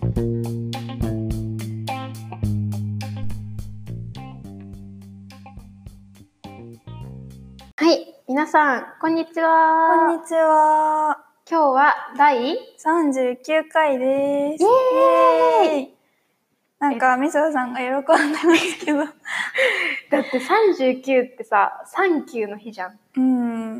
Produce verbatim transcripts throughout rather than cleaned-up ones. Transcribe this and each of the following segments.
はい、皆さんこんにちは。 こんにちは。 今日は第さんじゅうきゅうかいです。 イエーイ。 イエーイ。なんかみそさんが喜んでますけど。 だってさんじゅうきゅうってさ、サンキューの日じゃん。 うん。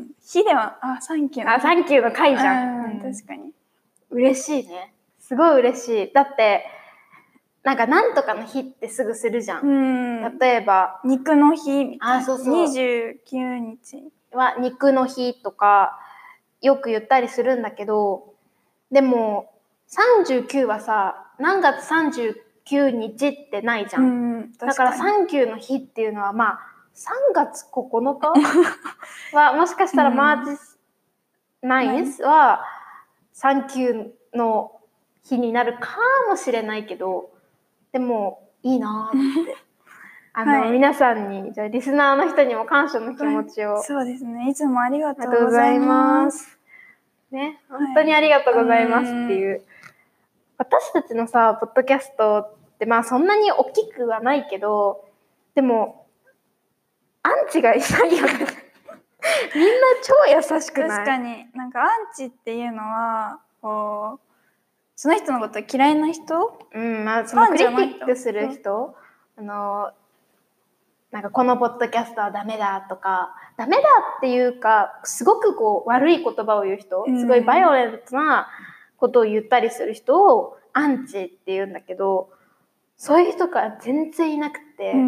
日ではあサンキューのあサンキューの回じゃん。 うん、 うん、 確かに。 嬉しいね。すごい嬉しい。だってなんかなんとかの日ってすぐするじゃん。 うん。 例えば肉の日みたいな。 あそうそう。 にじゅうきゅうにちは肉の日とかよく言ったりするんだけど、でもさんじゅうきゅうはさ、何月さんじゅうくにちってないじゃん。うん、だからさんじゅうの日っていうのはまあさんがつここのかはもしかしたらマーチナインスはさんじゅうきゅうの日になるかもしれないけど、でもいいなってあの、はい、皆さんにじゃあリスナーの人にも感謝の気持ちを、 はい、そうですね、いつもありがとうございますね、本当にありがとうございますっていう、はい、私たちのさポッドキャストってまあそんなに大きくはないけど、でもアンチがいないよねみんな超優しくない？ 確かになんかアンチっていうのはこうその人のこと嫌いな人、 うんまあそのクリティックする人、あのなんかこのポッドキャストはダメだとか、ダメだっていうかすごくこう悪い言葉を言う人、すごいバイオレントなことを言ったりする人をアンチって言うんだけど、そういう人が全然いなくて、 うん、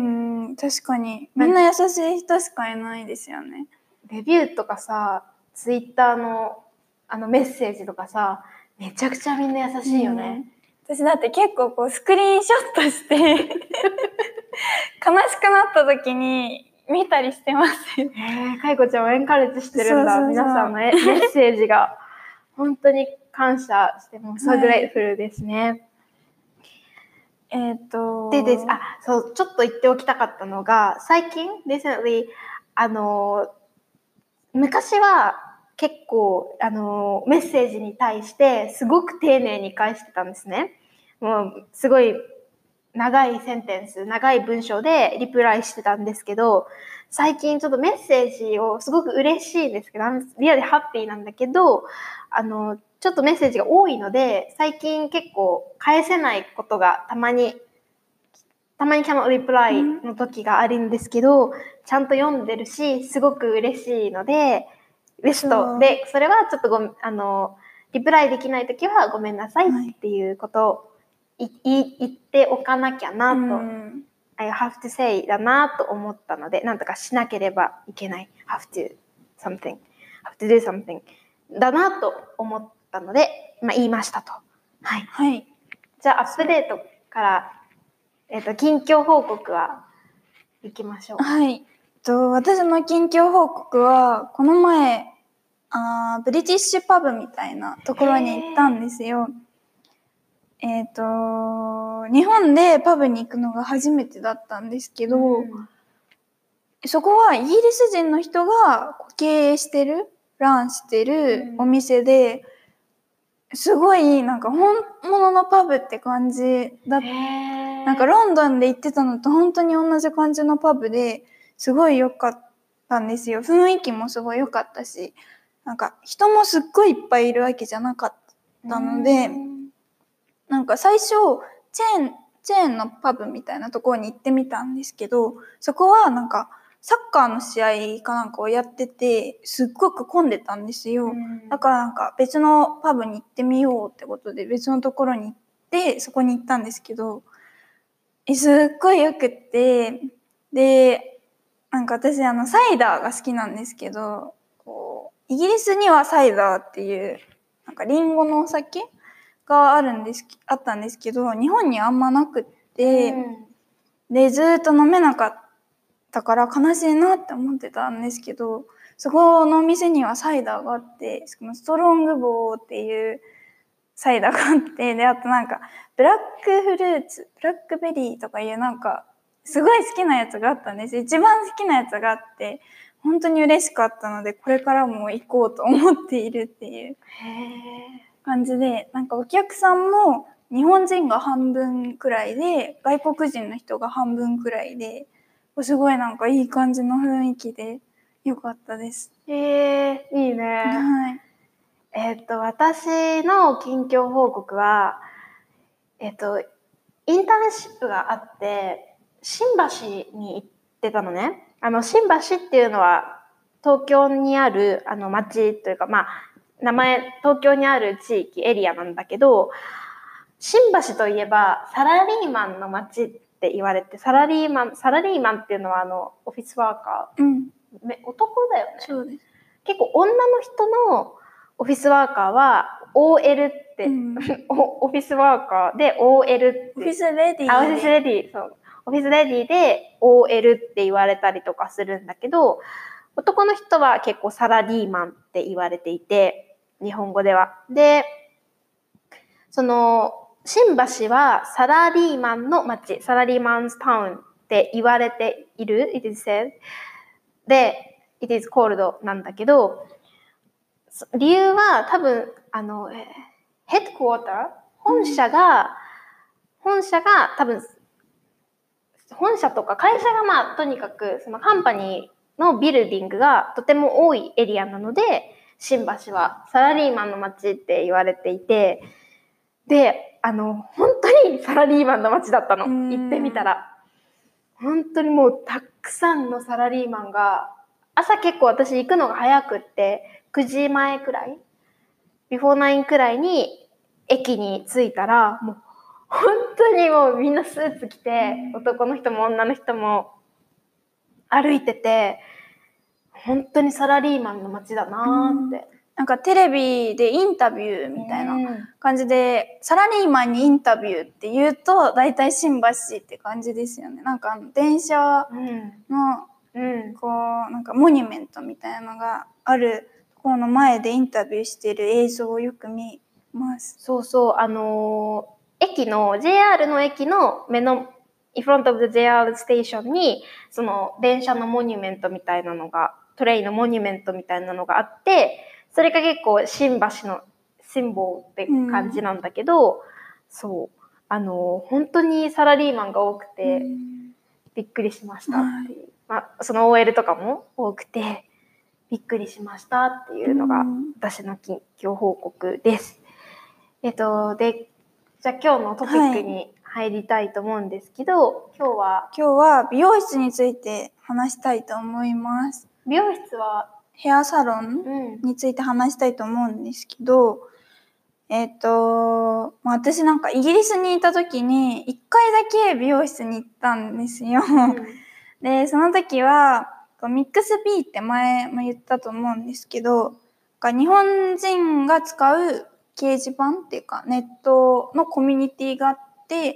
確かにみんな優しい人しかいないですよね。 レビューとかさ、ツイッターのあのメッセージとかさ、めちゃくちゃみんな優しいよね。 うん、私だって結構こうスクリーンショットして悲しくなった時に見たりしてます。 えー、かいこちゃんをエンカレッジしてるんだ。そうそうそう、皆さんのメッセージが本当に感謝してもso gratefulですね。 はい、えっとでですあそうちょっと言っておきたかったのが、最近 recently あの昔は結構あのメッセージに対してすごく丁寧に返してたんですね。もうすごい長いセンテンス、長い文章でリプライしてたんですけど、最近ちょっとメッセージをすごく嬉しいんですけど、リアルハッピーなんだけど、あのちょっとメッセージが多いので、最近結構返せないことがたまにたまにcannot replyの時があるんですけど、ちゃんと読んでるし、すごく嬉しいので、ベストで、それはちょっとごあのリプライできない時はごめんなさいっていうことをいい言っておかなきゃなと、うん、I have to say だなと思ったので、なんとかしなければいけない have to something have to do something だなと思ったので、まあ、言いましたと。はい。 はい、 じゃあアップデートからえっと近況報告はいきましょう。 はい。と私の近況報告はこの前あブリティッシュパブみたいなところに行ったんですよ。えっと日本でパブに行くのが初めてだったんですけど、うん、そこはイギリス人の人が経営してるランしてるお店で、うん、すごいなんか本物のパブって感じだった。なんかロンドンで行ってたのと本当に同じ感じのパブですごい良かったんですよ。雰囲気もすごい良かったし、なんか人もすっごいいっぱいいるわけじゃなかったので、なんか最初チェーンチェーンのパブみたいなところに行ってみたんですけど、そこはなんかサッカーの試合かなんかをやっててすっごく混んでたんですよ。だからなんか別のパブに行ってみようってことで別のところに行ってそこに行ったんですけど、すっごいよくって、でなんか私あのサイダーが好きなんですけど、こうイギリスにはサイダーっていうなんかリンゴのお酒があるんですあったんですけど、日本にあんまなくって、うん、でずっと飲めなかったから悲しいなって思ってたんですけど、そこのお店にはサイダーがあって、しかもストロングボーっていうサイダーがあって、であとなんかブラックフルーツ、ブラックベリーとかいうなんかすごい好きなやつがあったんです。一番好きなやつがあって本当に嬉しかったので、これからも行こうと思っているっていう感じで、なんかお客さんも日本人が半分くらいで外国人の人が半分くらいですごいなんかいい感じの雰囲気でよかったです。 えー、いいね。 はい。 えっと、私の近況報告は、えっと、インターンシップがあって、新橋に行ってたのね。あの、新橋っていうのは、東京にある、あの、町というか、まあ、名前、東京にある地域、エリアなんだけど、新橋といえば、サラリーマンの街って言われて、サラリーマン、サラリーマンっていうのは、あの、オフィスワーカー。 うん。 男だよね。 そうです。 結構女の人のオフィスワーカーは オーエル って、うん、オフィスワーカーで オーエル って。 オフィスレディー。 あ、オフィスレディー。そう。オフィスレディーで オーエル って言われたりとかするんだけど、男の人は結構サラリーマンって言われていて、日本語では。で、その、新橋はサラリーマンの街、サラリーマンズタウンって言われている、it is said. で、it is called なんだけど、理由は多分、あの、ヘッドクォーター本社が、うん、本社が多分、本社とか会社がまあ、とにかく、そのカンパニーのビルディングがとても多いエリアなので、新橋はサラリーマンの街って言われていて、で、あの、本当にサラリーマンの街だったの。行ってみたら。本当にもうたくさんのサラリーマンが、朝結構私行くのが早くって、くじまえくらいビフォーナインくらいに駅に着いたら、もう本当にもうみんなスーツ着て、男の人も女の人も歩いてて、本当にサラリーマンの街だなーって。 なんかテレビでインタビューみたいな感じで、サラリーマンにインタビューって言うと、大体新橋って感じですよね。なんか電車の、うん、こう、なんかモニュメントみたいなのがあるところの前でインタビューしてる映像をよく見ます。 そうそう、あのー、駅の、ジェイアール の駅の目の、in front of the ジェイアール station に、その電車のモニュメントみたいなのが、トレイのモニュメントみたいなのがあって、それが結構新橋のシンボルって感じなんだけど、うん、そう、あのー、本当にサラリーマンが多くて、うん、びっくりしましたっていう。まあ、その オーエル とかも多くて、びっくりしましたっていうのが、私の近況報告です。えっと、で、じゃあ今日のトピックに入りたいと思うんですけど、はい、今日は今日は美容室について話したいと思います。 美容室はヘアサロンについて話したいと思うんですけど、うん、えっと、私なんかイギリスにいた時にいっかいだけ美容室に行ったんですよ。うん、で、その時はミックス B って前も言ったと思うんですけど、日本人が使う掲示板っていうかネットのコミュニティがあって、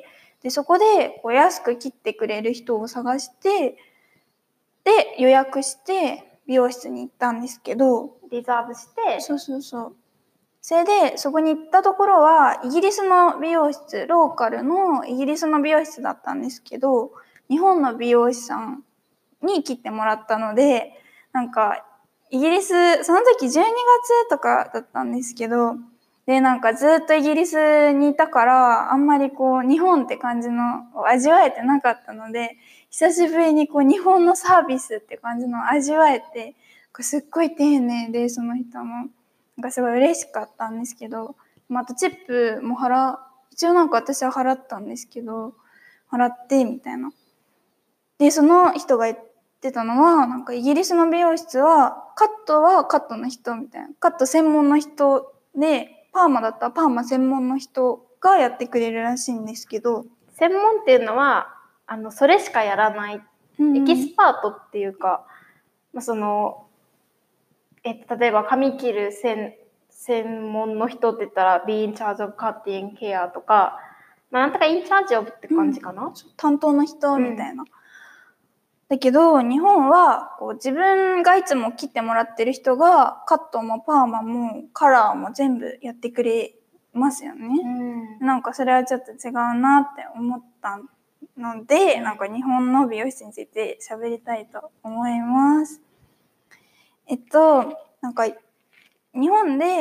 でそこでこう安く切ってくれる人を探して、で予約して美容室に行ったんですけど、 リザーブして、 そうそうそう。それでそこに行ったところはイギリスの美容室、ローカルのイギリスの美容室だったんですけど、日本の美容師さんに切ってもらったので、なんかイギリス、その時じゅうにがつとかだったんですけど、でなんかずっとイギリスにいたからあんまりこう日本って感じの味わえてなかったので、久しぶりにこう日本のサービスって感じの味わえて、すっごい丁寧でその人もなんかすごい嬉しかったんですけど、あとチップも払一応なんか私は払ったんですけど、払ってみたいな。でその人が言ってたのは、なんかイギリスの美容室はカットはカットの人みたいな、カット専門の人で、パーマだったらパーマ専門の人がやってくれるらしいんですけど、 専門っていうのはあのそれしかやらない、うん、エキスパートっていうか、まあ、そのえ例えば髪切る専専門の人って言ったら be in charge of cutting hair とか、まあ、なんとか in charge of って感じかな、うん、 担当の人みたいな、うん、だけど日本はこう自分がいつも切ってもらってる人がカットもパーマもカラーも全部やってくれますよね、うん、なんかそれはちょっと違うなって思ったので、うん、なんか日本の美容室について喋りたいと思います。えっとなんか日本で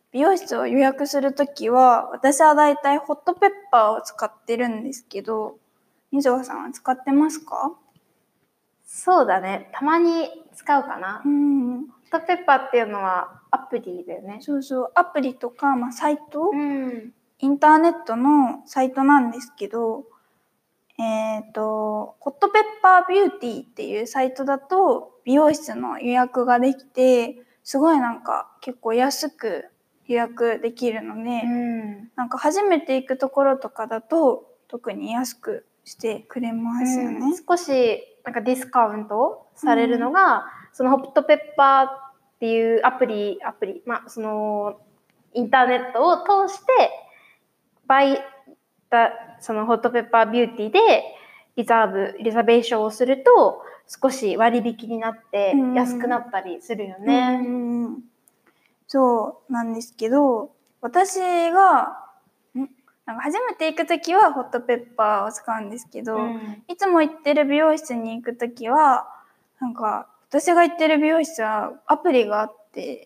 美容室を予約するときは、私はだいたいホットペッパーを使ってるんですけど、みずほさんは使ってますか？ そうだね。たまに使うかな。 うん。 ホットペッパーっていうのはアプリだよね。 そうそう。アプリとか、まあ、サイト、 うん。 インターネットのサイトなんですけど、えっと、ホットペッパービューティーっていうサイトだと美容室の予約ができて、すごいなんか結構安く予約できるので、 うん、 なんか初めて行くところとかだと特に安くしてくれますよね。 うん、少しなんかディスカウントされるのが、うん、そのホットペッパーっていうアプリ、アプリ、まあそのインターネットを通してバイだそのホットペッパービューティーでリザーブ、リザベーションをすると少し割引になって安くなったりするよね。 うんうん、そうなんですけど、私がなんか初めて行くときはホットペッパーを使うんですけど、うん、いつも行ってる美容室に行くときはなんか私が行ってる美容室はアプリがあって、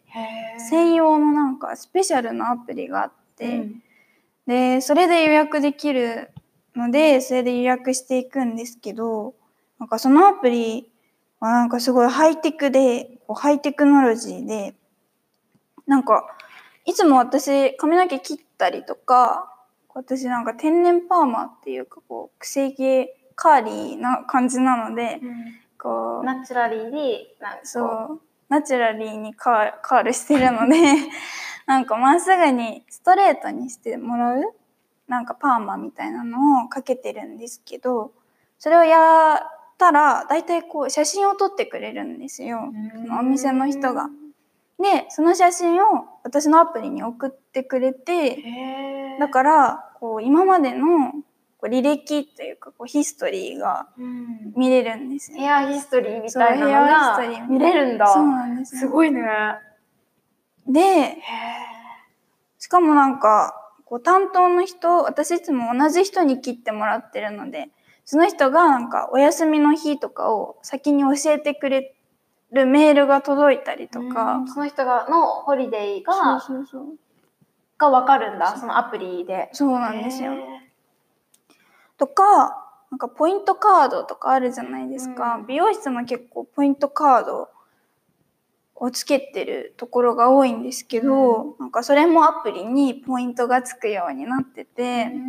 専用のなんかスペシャルなアプリがあって、うん、でそれで予約できるのでそれで予約していくんですけど、なんかそのアプリはなんかすごいハイテクでこうハイテクノロジーで、なんかいつも私髪の毛切ったりとか、私なんか天然パーマっていうかこう癖毛カーリーな感じなので、うん、こうナチュラリーになんかそうナチュラリーにカーカールしてるのでなんかまっすぐにストレートにしてもらうなんかパーマみたいなのをかけてるんですけど、それをやったら大体こう写真を撮ってくれるんですよ、そのお店の人が。でその写真を私のアプリに送ってくれて、だからこう今までのこう履歴というかこうヒストリーが見れるんですよ、 ヘアヒストリーみたいなのが見れるんだ。 そうなんですよ。 すごいね。 でしかもなんかこう担当の人、私いつも同じ人に切ってもらってるので、その人がなんかお休みの日とかを先に教えてくれるメールが届いたりとか、 その人がのホリデーがそうそうそうが分かるんだ、そのアプリで。 そうなんですよ。とか、なんかポイントカードとかあるじゃないですか。うん、美容室も結構ポイントカードをつけてるところが多いんですけど、うん、なんかそれもアプリにポイントがつくようになってて、うん、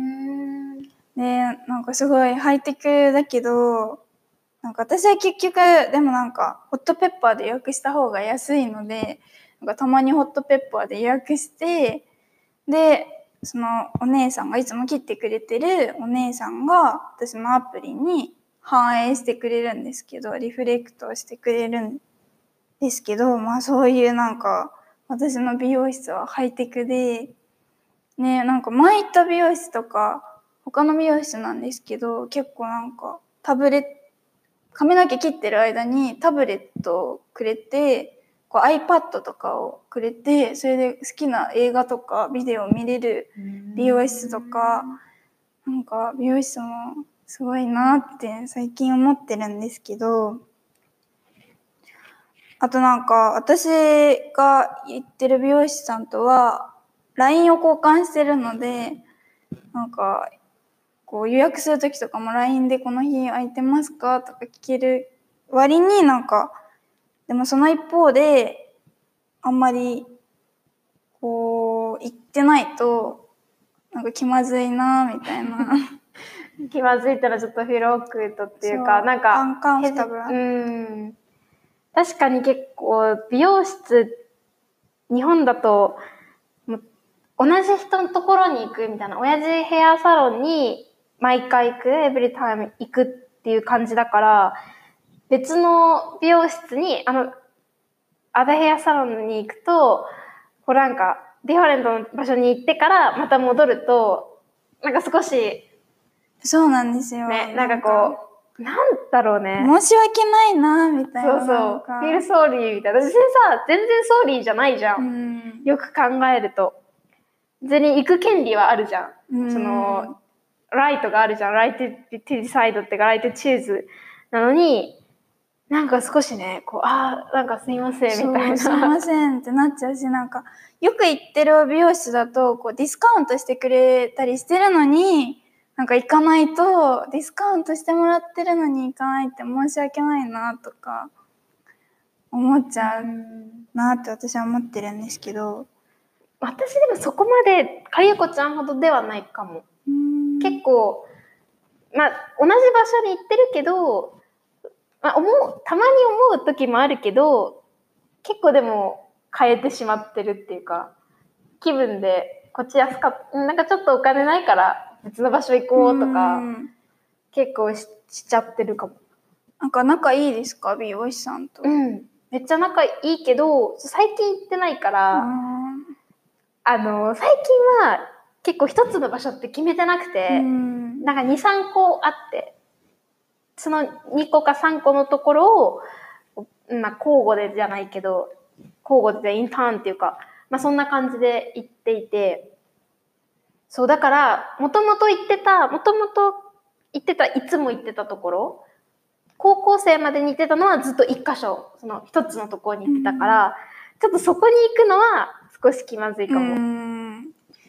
で、なんかすごいハイテクだけど、なんか私は結局でもなんかホットペッパーで予約した方が安いので、なんかたまにホットペッパーで予約して、でそのお姉さんがいつも切ってくれてるお姉さんが私のアプリに反映してくれるんですけど、リフレクトしてくれるんですけど、まあそういうなんか私の美容室はハイテクでね、なんか前行った美容室とか他の美容室なんですけど、結構なんかタブレット髪の毛切ってる間にタブレットをくれて、こう iPad とかをくれて、それで好きな映画とかビデオを見れる美容室とか、なんか美容室もすごいなって最近思ってるんですけど、あとなんか私が行ってる美容師さんとは ライン を交換してるので、なんかこう予約するときとかも ライン でこの日空いてますかとか聞ける割に、なんかでもその一方であんまりこう行ってないとなんか気まずいなみたいな気まずいったらちょっとフィロークートっていうか、なんかアンカンフタブル。 うん確かに結構美容室日本だと同じ人のところに行くみたいな、同じヘアサロンに毎回行く、エブリタイム行くっていう感じだから、別の美容室に、あの、アダヘアサロンに行くと、こうなんか、ディファレントの場所に行ってからまた戻ると、なんか少し、 そうなんですよ。 ね、なんかこう、なんだろうね。 申し訳ないな、みたいな。 そうそう。フィールソーリーみたいな。私さ、全然ソーリーじゃないじゃん。うん、よく考えると。別に行く権利はあるじゃん。うん、その、ライトがあるじゃん。ライトディサイドってか、ライトチューズなのに、 なんか少しね、こう、ああ、なんかすいませんみたいな。 そう、すいませんってなっちゃうし、なんかよく行ってる美容室だとこうディスカウントしてくれたりしてるのに、なんか行かないとディスカウントしてもらってるのに行かないって申し訳ないなとか思っちゃうなって私は思ってるんですけど、 私でもそこまでかゆこちゃんほどではないかも。結構まあ同じ場所に行ってるけど、まあ、思うたまに思う時もあるけど、結構でも変えてしまってるっていうか、気分でこっち安かった、なんかちょっとお金ないから別の場所行こうとか結構 し, しちゃってるかも。 なんか仲いいですか、美容師さんと。 うん、めっちゃ仲いいけど最近行ってないから、あの最近は結構一つの場所って決めてなくて、んなんか に,さん 個あって、そのにこかさんこのところを、まあ、交互でじゃないけど交互でインターンっていうか、まあ、そんな感じで行っていて、そうだからもともと行ってたもともと行ってたいつも行ってたところ、高校生までに行ってたのはずっと一箇所、その一つのところに行ってたから、うん、ちょっとそこに行くのは少し気まずいかも。うん、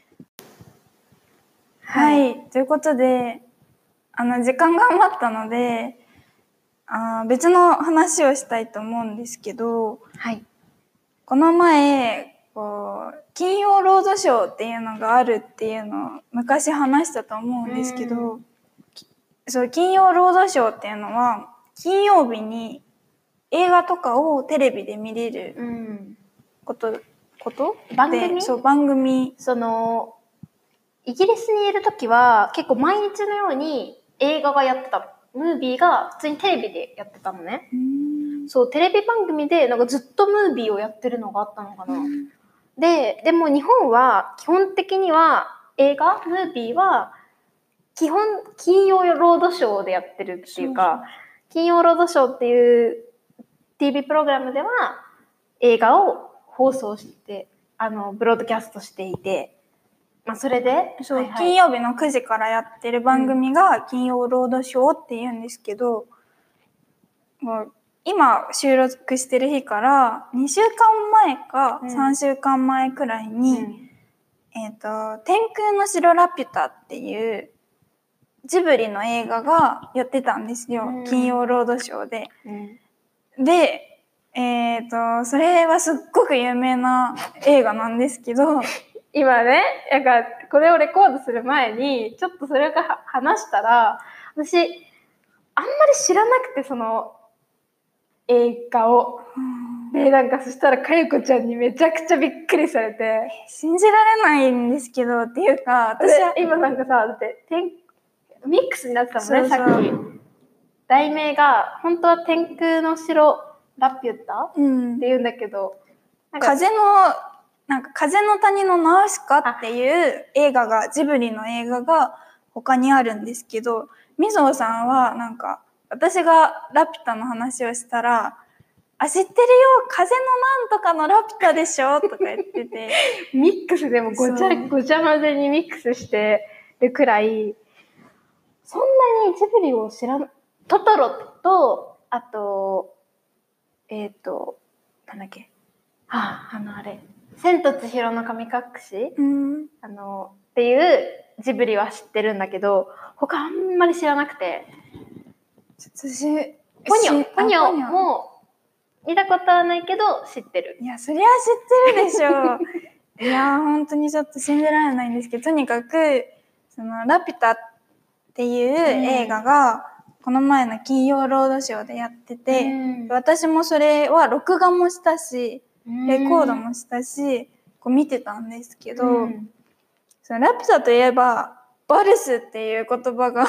はい、はい、ということで、あの時間が余ったので、あ別の話をしたいと思うんですけど、 はい、 この前こう金曜ロードショーっていうのがあるっていうのを昔話したと思うんですけど、うん、そう金曜ロードショーっていうのは金曜日に映画とかをテレビで見れること、うん、こと番組？ そう番組。 そのイギリスにいるときは結構毎日のように映画がやってたの。ムービーが普通にテレビでやってたのね。そうテレビ番組でなんかずっとムービーをやってるのがあったのかな。ででも日本は基本的には映画ムービーは基本金曜ロードショーでやってるっていうか、金曜ロードショーっていう ティーブイ プログラムでは映画を放送してあのブロードキャストしていて。まあ、それでそう、はいはい、金曜日のくじからやってる番組が金曜ロードショーって言うんですけど、うん、もう今収録してる日からにしゅうかんまえかさんしゅうかんまえくらいに、うん、えっと、天空の城ラピュタっていうジブリの映画がやってたんですよ、うん、金曜ロードショーで。うん、で、えっと、それはすっごく有名な映画なんですけど、 今ね、なんかこれをレコードする前にちょっとそれが話したら、私あんまり知らなくてその映画を、うん、でなんかそしたらかゆこちゃんにめちゃくちゃびっくりされて、 信じられないんですけど、っていうか私は今なんかさ、だってミックスになってたもんね。そうそう、さっき題名が本当は天空の城ラピュタ、うん、っていうんだけど、 なんか風のなんか風の谷のナウシカっていう映画が、ジブリの映画が他にあるんですけど、みぞうさんはなんか私がラピュタの話をしたら、あ、知ってるよ、風のなんとかのラピュタでしょとか言っててミックスでもごちゃごちゃ混ぜにミックスしてるくらい、そんなにジブリを知らん、トトロとあとえっ、ー、となんだっけ、はあ、あのあれ千と千尋の神隠し、うん、あのっていうジブリは知ってるんだけど、他あんまり知らなくて。 私ポニョポニョも見たことはないけど知ってる。 いやそりゃ知ってるでしょいや本当にちょっと信じられないんですけど、とにかくそのラピュタっていう映画がこの前の金曜ロードショーでやってて、うん、私もそれは録画もしたしレコードもしたし、こう見てたんですけど、うん、そのラピュタといえばバルスっていう言葉が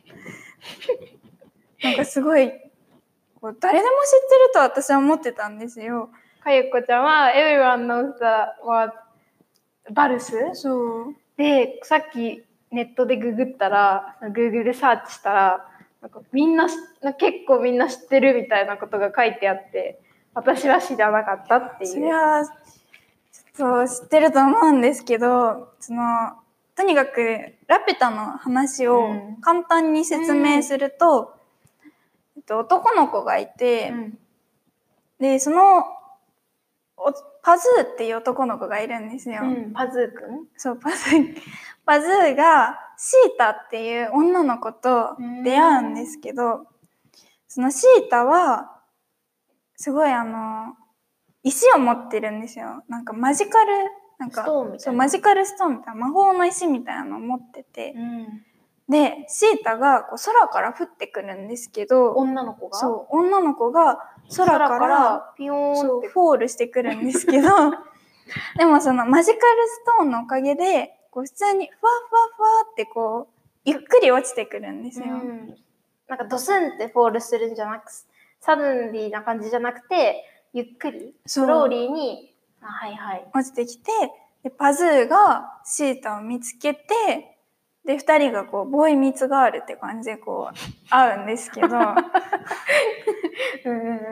なんかすごいこう誰でも知ってると私は思ってたんですよ。 かゆこちゃんは Everyone knows the word バルス。 そうでさっきネットでググったら Google でサーチしたらなんかみんな結構みんな知ってるみたいなことが書いてあって、私は知らなかったっていう。 それはちょっと知ってると思うんですけど、そのとにかくラピュタの話を簡単に説明すると、 えっと、男の子がいて、 うん、 でそのおパズーっていう男の子がいるんですよ。 うん、パズーくん。 そうパズーパズーがシータっていう女の子と出会うんですけど、そのシータはすごいあの石を持ってるんですよ。なんかマジカルなんかストーンみたいな。 そうマジカルストーンみたいな魔法の石みたいなのを持ってて、 うん、 でシータがこう空から降ってくるんですけど、 女の子がそう女の子が空から空からピヨーンってそうフォールしてくるんですけどでもそのマジカルストーンのおかげでこう普通にふわふわふわってこうゆっくり落ちてくるんですよ。うん、 なんかドスンってフォールするんじゃなくサドンリーな感じじゃなくてゆっくりスローリーにあ、はいはい、 落ちてきて、でパズーがシータを見つけて、でふたりがこうボーイミーツガールって感じでこう会うんですけどうん、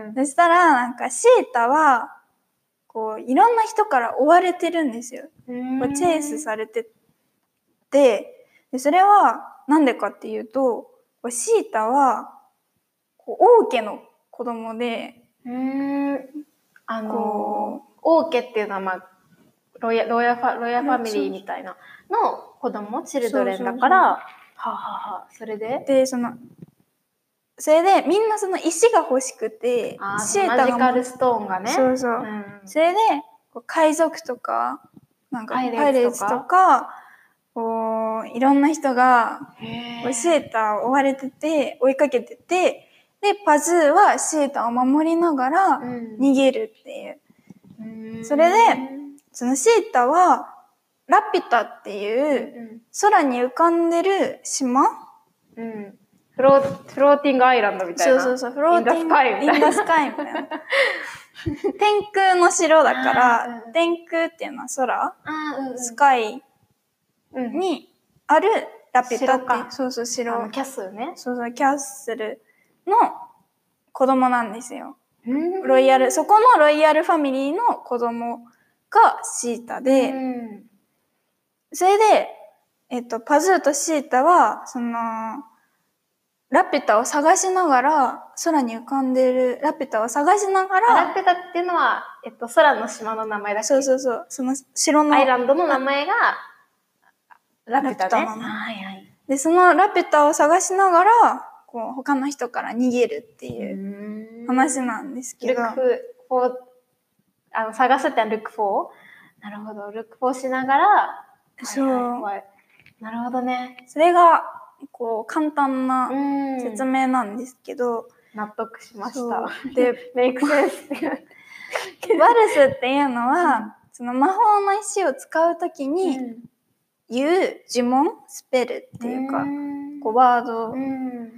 そしたらなんかシータはこういろんな人から追われてるんですよ。こうチェイスされてて、でそれはなんでかっていうとシータはこう王家の子供で、 うーんあの王家っていうのはまあロイヤロイヤファロイヤファミリーみたいなの子供チルドレンだから、はあ、ははあ、それででそのそれでみんなその石が欲しくて、 シータがマジカルストーンがね、 そうそう、うん、それでこう海賊とかなんかパイレーツとかこういろんな人がシータを追われてて追いかけてて、でパズーはシータを守りながら逃げるっていう、うん、それでそのシータはラピュタっていう空に浮かんでる島、うん、 フロー、フローティングアイランドみたいな。 そうそうそう、フローティングインダスカイみたいな。天空の城だから、うん、天空っていうのは空、うんうん、スカイにあるラピュタって、そうそう城、 あのキャッスルね。 そうそうキャッスルの子供なんですよ。ロイヤル、そこのロイヤルファミリーの子供がシータで、それで、えっとパズーとシータはそのラピュタを探しながら、空に浮かんでるラピュタを探しながら、 ラピュタっていうのは、えっと、空の島の名前だっけ？ そうそうそう。その城の。 アイランドの名前が、ラピュタね。 ラピュタなの。はいはい。で、そのラピュタを探しながら、こう、他の人から逃げるっていう話なんですけど。 ルックフォー、あの、探すってのはルックフォー？なるほど。ルックフォーしながら、 そう。はいはい、 なるほどね。 それが、こう簡単な説明なんですけど、 納得しました。で、メイクセンス。 バルスっていうのは、うん、その魔法の石を使うときに言う呪文、スペルっていうか、うん、こうワード、うん、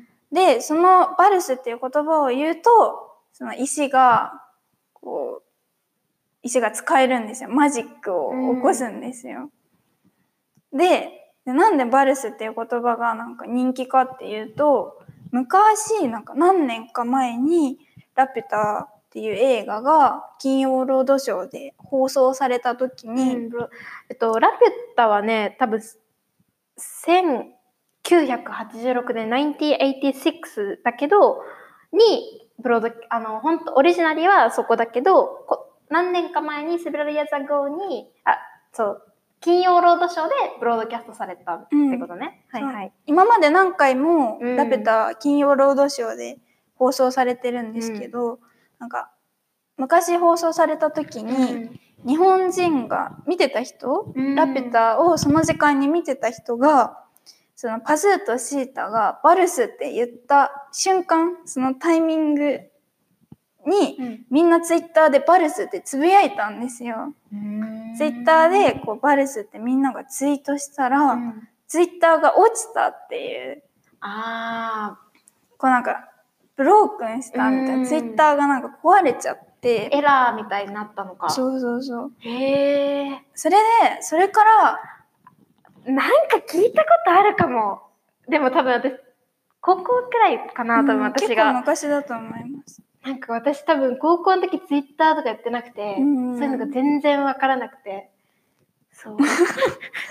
で、そのバルスっていう言葉を言うと、その石がこう石が使えるんですよ。マジックを起こすんですよ。で。でなんでバルスっていう言葉がなんか人気かっていうと、昔なんか何年か前にラピュタっていう映画が金曜ロードショーで放送された時に、うん、 えっとラピュタはね多分せんきゅうひゃくはちじゅうろくねんせんきゅうひゃくはちじゅうろくだけどにブロードあの本当オリジナリーはそこだけどこ何年か前にセベラルイヤーズアゴーにあそう金曜ロードショーでブロードキャストされたってことね。うん、はいはい。 今まで何回もラピュタ金曜ロードショーで放送されてるんですけど、うん、なんか昔放送された時に、うん、日本人が見てた人、うん、ラピュタをその時間に見てた人が、そのパズーとシータがバルスって言った瞬間、そのタイミングに、うん、みんなツイッターでバルスってつぶやいたんですよ。ツイッターでこうバルスってみんながツイートしたら、うん、ツイッターが落ちたっていう、あこうなんかブロークンしたみたいな、ツイッターがなんか壊れちゃってエラーみたいになったのか。 そうそうそう。 へえ。 それでそれからなんか聞いたことあるかも。でも多分私高校くらいかな、多分私が。 結構昔だと思います。 なんか私多分高校の時ツイッターとかやってなくて、うんうん、そういうのが全然わからなくて。そう。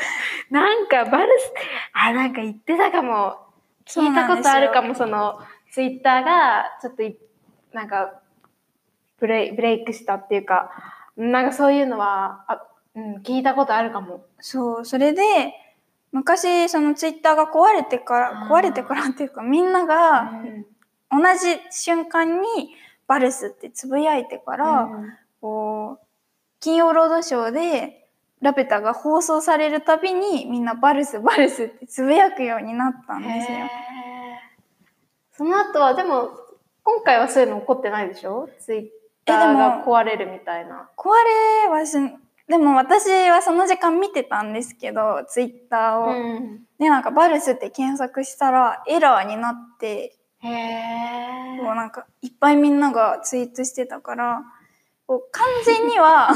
なんかバルス、あ、なんか言ってたかも。聞いたことあるかも、その、 ツイッターがちょっといなんかブレイブレイクしたっていうか、なんかそういうのはあ、うん、聞いたことあるかも。 そう、それで昔そのツイッターが壊れてから壊れてからっていうかみんなが同じ瞬間にバルスってつぶやいてから、うん、こう金曜ロードショーでラピュタが放送されるたびにみんなバルスバルスってつぶやくようになったんですよ。 その後はでも今回はそういうの起こってないでしょ？ツイッターが壊れるみたいな。 壊れはしでも私はその時間見てたんですけどツイッターを、うん、でなんかバルスって検索したらエラーになって、へー、こうなんかいっぱいみんながツイートしてたからこう完全には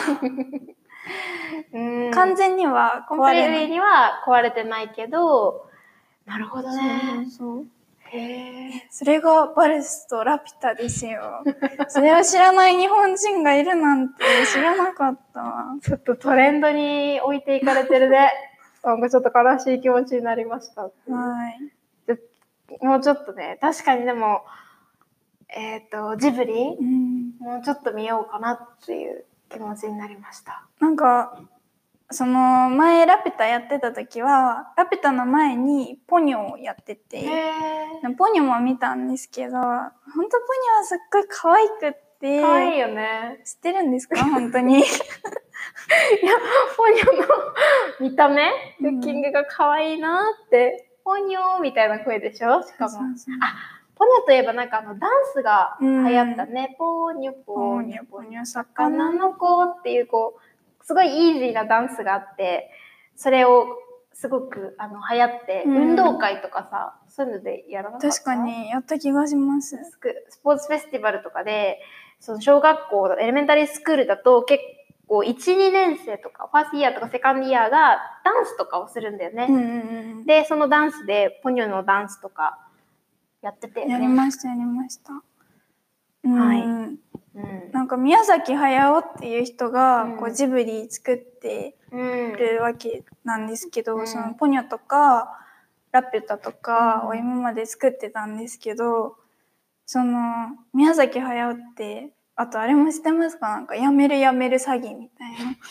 うん完全には壊れない。コンプリートには壊れてないけど、なるほどね。そうそうそう。 へー。それがバルスとラピュタですよ。それを知らない日本人がいるなんて知らなかったわ。 ちょっとトレンドに置いていかれてるね。なんかちょっと悲しい気持ちになりました。はい。もうちょっとね、確かにでも、えっと、ジブリ、うん、もうちょっと見ようかなっていう気持ちになりました。 なんか、その前ラピュタやってた時はラピュタの前にポニョをやっててポニョも見たんですけど本当ポニョはすっごい可愛くって可愛いよね。 知ってるんですか本当にいやポニョの見た目ルッキングが可愛いなって、うん、ポニョみたいな声でしょしかもそうそうあポニョといえばなんかあのダンスが流行ったね、うん、ポニョポニョポニョ魚の子っていうこうすごいイージーなダンスがあって、それをすごくあの流行って、うん、運動会とかさ、そういうのでやらなかった？ 確かにやった気がします。 スポーツフェスティバルとかで、その小学校、エレメンタリースクールだと結構いち、にねん生とか、ファーストイヤーとかセカンドイヤーがダンスとかをするんだよね。うんうんうん、で、そのダンスでポニョのダンスとかやってて、 ね。やりました、やりました。うん、はい。うん、なんか宮崎駿っていう人がこうジブリ作ってるわけなんですけど、うん、そのポニョとかラピュタとかを今まで作ってたんですけど、その宮崎駿ってあとあれも知ってますか？なんかやめるやめる詐欺みたいな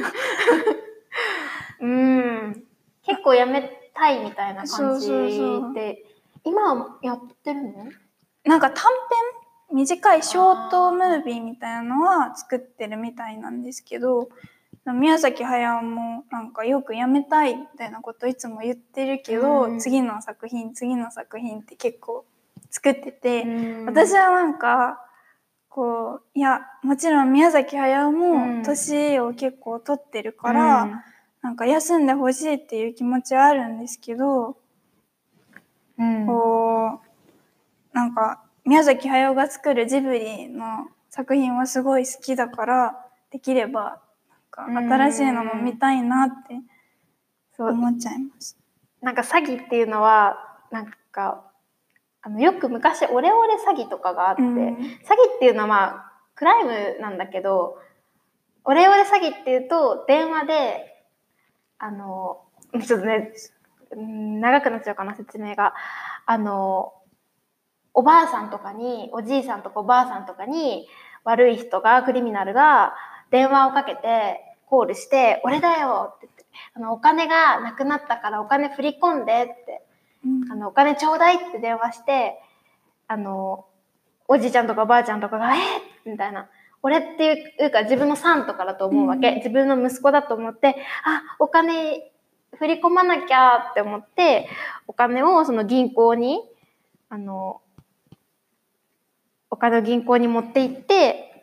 うん結構やめたいみたいな感じで、そうそうそう今やってるの？ なんか短編短いショートムービーみたいなのは作ってるみたいなんですけど、宮崎駿もなんかよくやめたいみたいなこといつも言ってるけど、うん、次の作品次の作品って結構作ってて、うん、私はなんかこういやもちろん宮崎駿も年を結構取ってるから、うん、なんか休んでほしいっていう気持ちはあるんですけど、うん、こうなんか宮崎駿が作るジブリの作品はすごい好きだからできればなんか新しいのも見たいなって思っちゃいます。 なんか詐欺っていうのはなんかあのよく昔オレオレ詐欺とかがあって、うん、詐欺っていうのはまあクライムなんだけど、オレオレ詐欺っていうと電話であのちょっとね長くなっちゃうかな説明があのおばあさんとかに、おじいさんとかおばあさんとかに、悪い人が、クリミナルが電話をかけて、コールして、俺だよって言って、あの、お金がなくなったからお金振り込んでって、うん、あの、お金ちょうだいって電話して、あの、おじいちゃんとかおばあちゃんとかが、えー、みたいな。俺っていうか自分のさんとかだと思うわけ。うん、自分の息子だと思って、あ、お金振り込まなきゃって思って、お金をその銀行に、あの、お金を銀行に持って行って、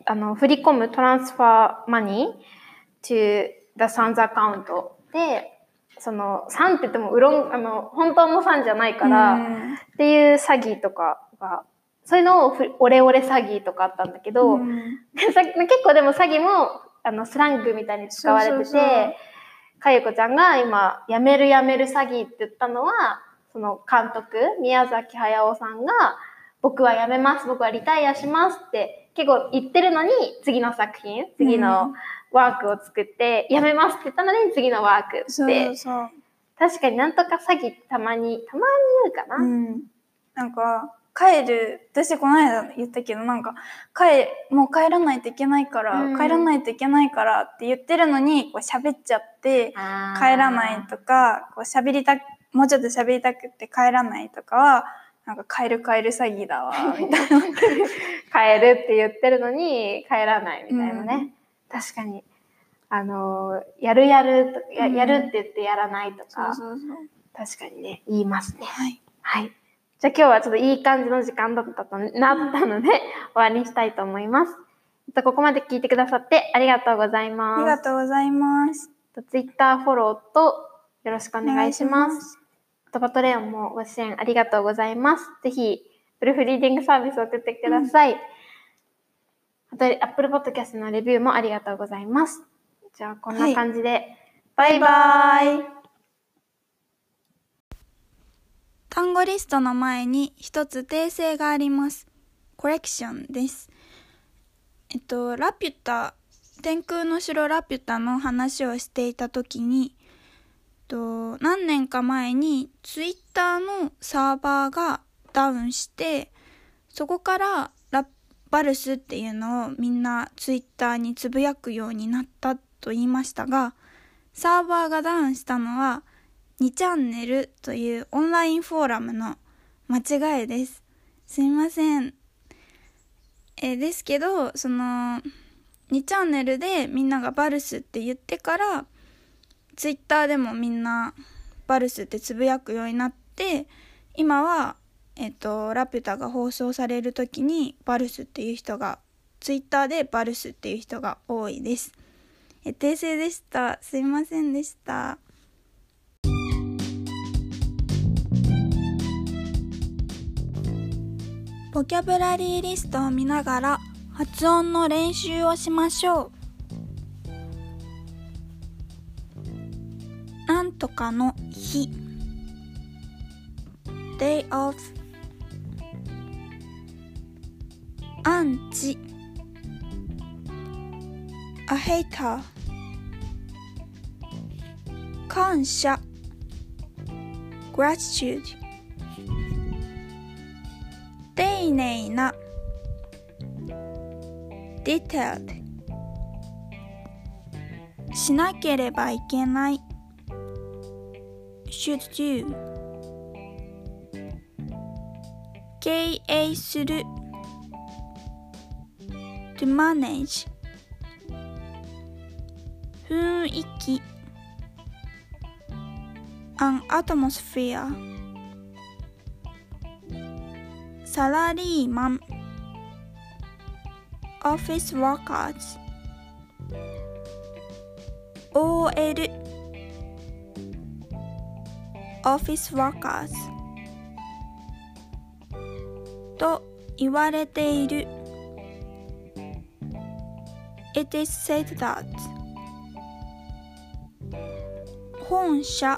あの、振り込むトランスファーマニー to the son's account で、その、さんって言っても、うろん、あの、本当のさんじゃないから、っていう詐欺とかが、そういうのをオレオレ詐欺とかあったんだけど、結構でも詐欺も、あの、スラングみたいに使われてて、かゆこちゃんが今、やめるやめる詐欺って言ったのは、その監督、宮崎駿さんが、僕は辞めます、僕はリタイアしますって結構言ってるのに、次の作品、次のワークを作って、辞めますって言ったのに次のワークって。そうそう。確かになんとか詐欺たまに、たまに言うかな。うん。 なんか、 帰る、私この間言ったけど、なんか帰もう帰らないといけないから、うん、帰らないといけないからって言ってるのにこう喋っちゃって帰らないとか、こう喋りたもうちょっと喋りたくて帰らないとかはなんか帰る帰る詐欺だわみたいな帰るって言ってるのに帰らないみたいなね、うん、確かにあのやるやるとや、やるって言ってやらないとか、うん、そうそうそう、確かにね言いますね。はい、はい、じゃあ今日はちょっといい感じの時間だったとなったので終わりにしたいと思います。ここまで聞いてくださってありがとうございます。 ありがとうございます。 ツイッターフォローとよろしくお願いします。パトレオンもご支援ありがとうございます。ぜひプルーフリーディングサービスを送ってください。うん、あと Apple Podcast のレビューもありがとうございます。じゃあこんな感じで、はい、バイバイ。 単語リストの前に一つ訂正があります。コレクションです。えっと、ラピュタ、天空の城ラピュタの話をしていたときに、と何年か前にツイッターのサーバーがダウンして、そこからラバルスっていうのをみんなツイッターにつぶやくようになったと言いましたが、サーバーがダウンしたのはにチャンネルというオンラインフォーラムの間違いです。すいません。えですけど、そのにチャンネルでみんながバルスって言ってからツイッターでもみんなバルスってつぶやくようになって、今はえっとラピュタが放送されるときにバルスっていう人がツイッターでバルスっていう人が多いです。え訂正でした。すいませんでした。ボキャブラリーリストを見ながら発音の練習をしましょう。なんとかの日 day of アンチ a hater 感謝 gratitude 丁寧な detailed しなければいけない should do 経営する to manage 雰囲気 an atmosphere サラリーマン office workers オーエル office workers と言われている It is said that 本社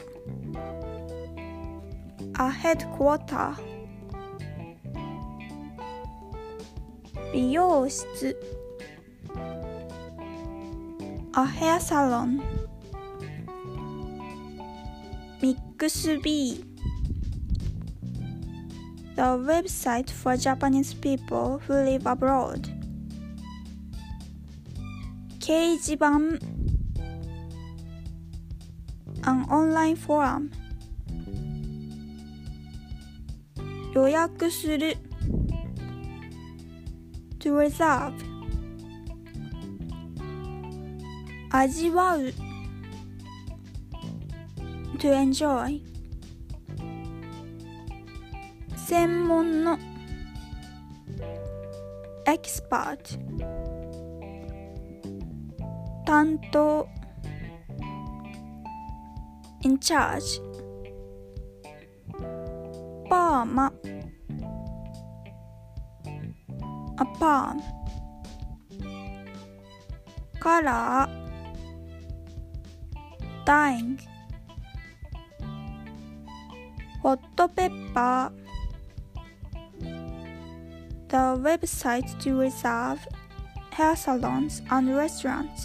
a headquarter 美容室 a hair salon ミックス B the website for Japanese people who live abroad 掲示板 an online forum 予約するTo reserve 味わう To enjoy 専門の Expert 担当 In charge パーマA palm カラー Dyeing ホットペッパー The website to reserve hair salons and restaurants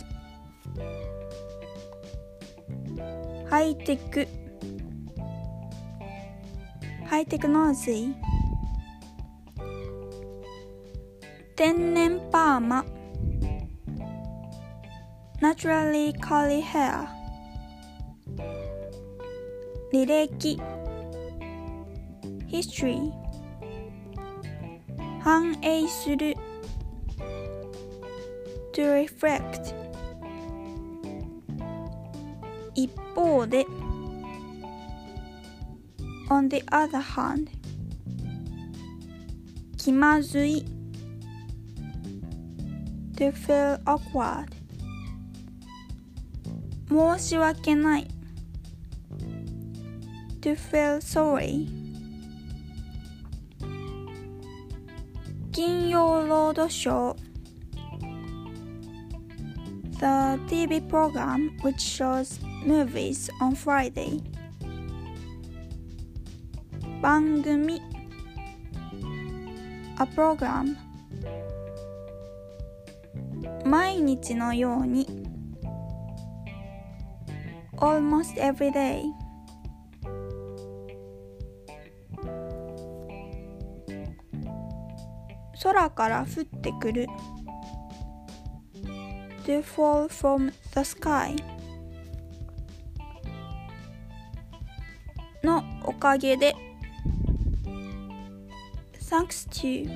ハイテク High technology 天然パーマ naturally curly hair 履歴 history 反映する to reflect 一方で on the other hand 気まずい to feel awkward 申し訳ない to feel sorry 金曜ロードショー The ティーブイ program which shows movies on Friday 番組 A program 毎日のように almost every day 空から降ってくる to fall from the sky のおかげで thanks to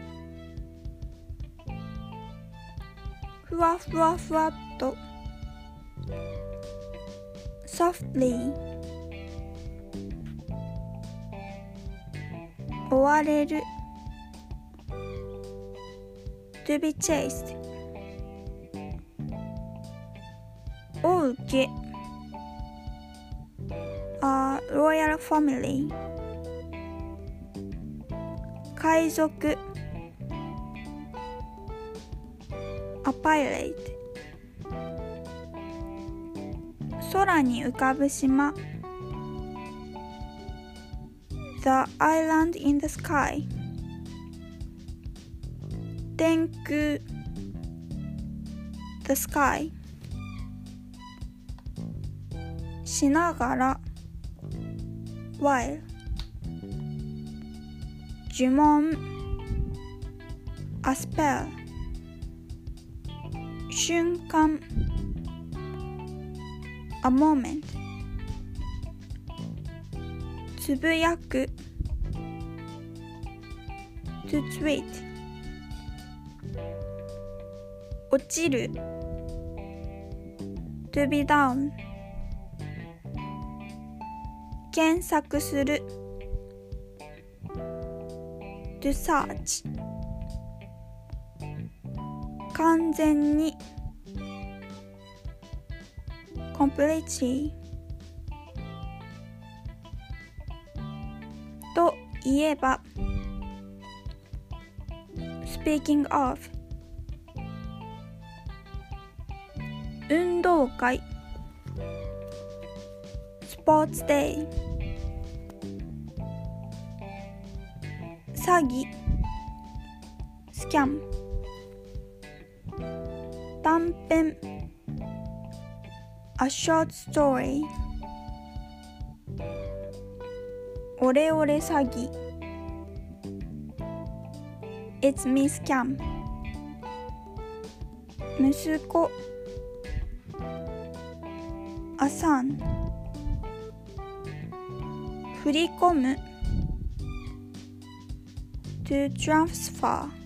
ふわふわふわっと softly 追われる to be chased を受け a royal family 海賊 a pilot 空に浮かぶ島 the island in the sky 天空 the sky しながら while 呪文 a spell 瞬間 a moment つぶやく to tweet 落ちる to be down 検索する to search 完全に completely といえば speaking of 運動会 sports day 詐欺 scam 短編 a short story オレオレ詐欺 It's me scam 息子 a son 振り込む to transfer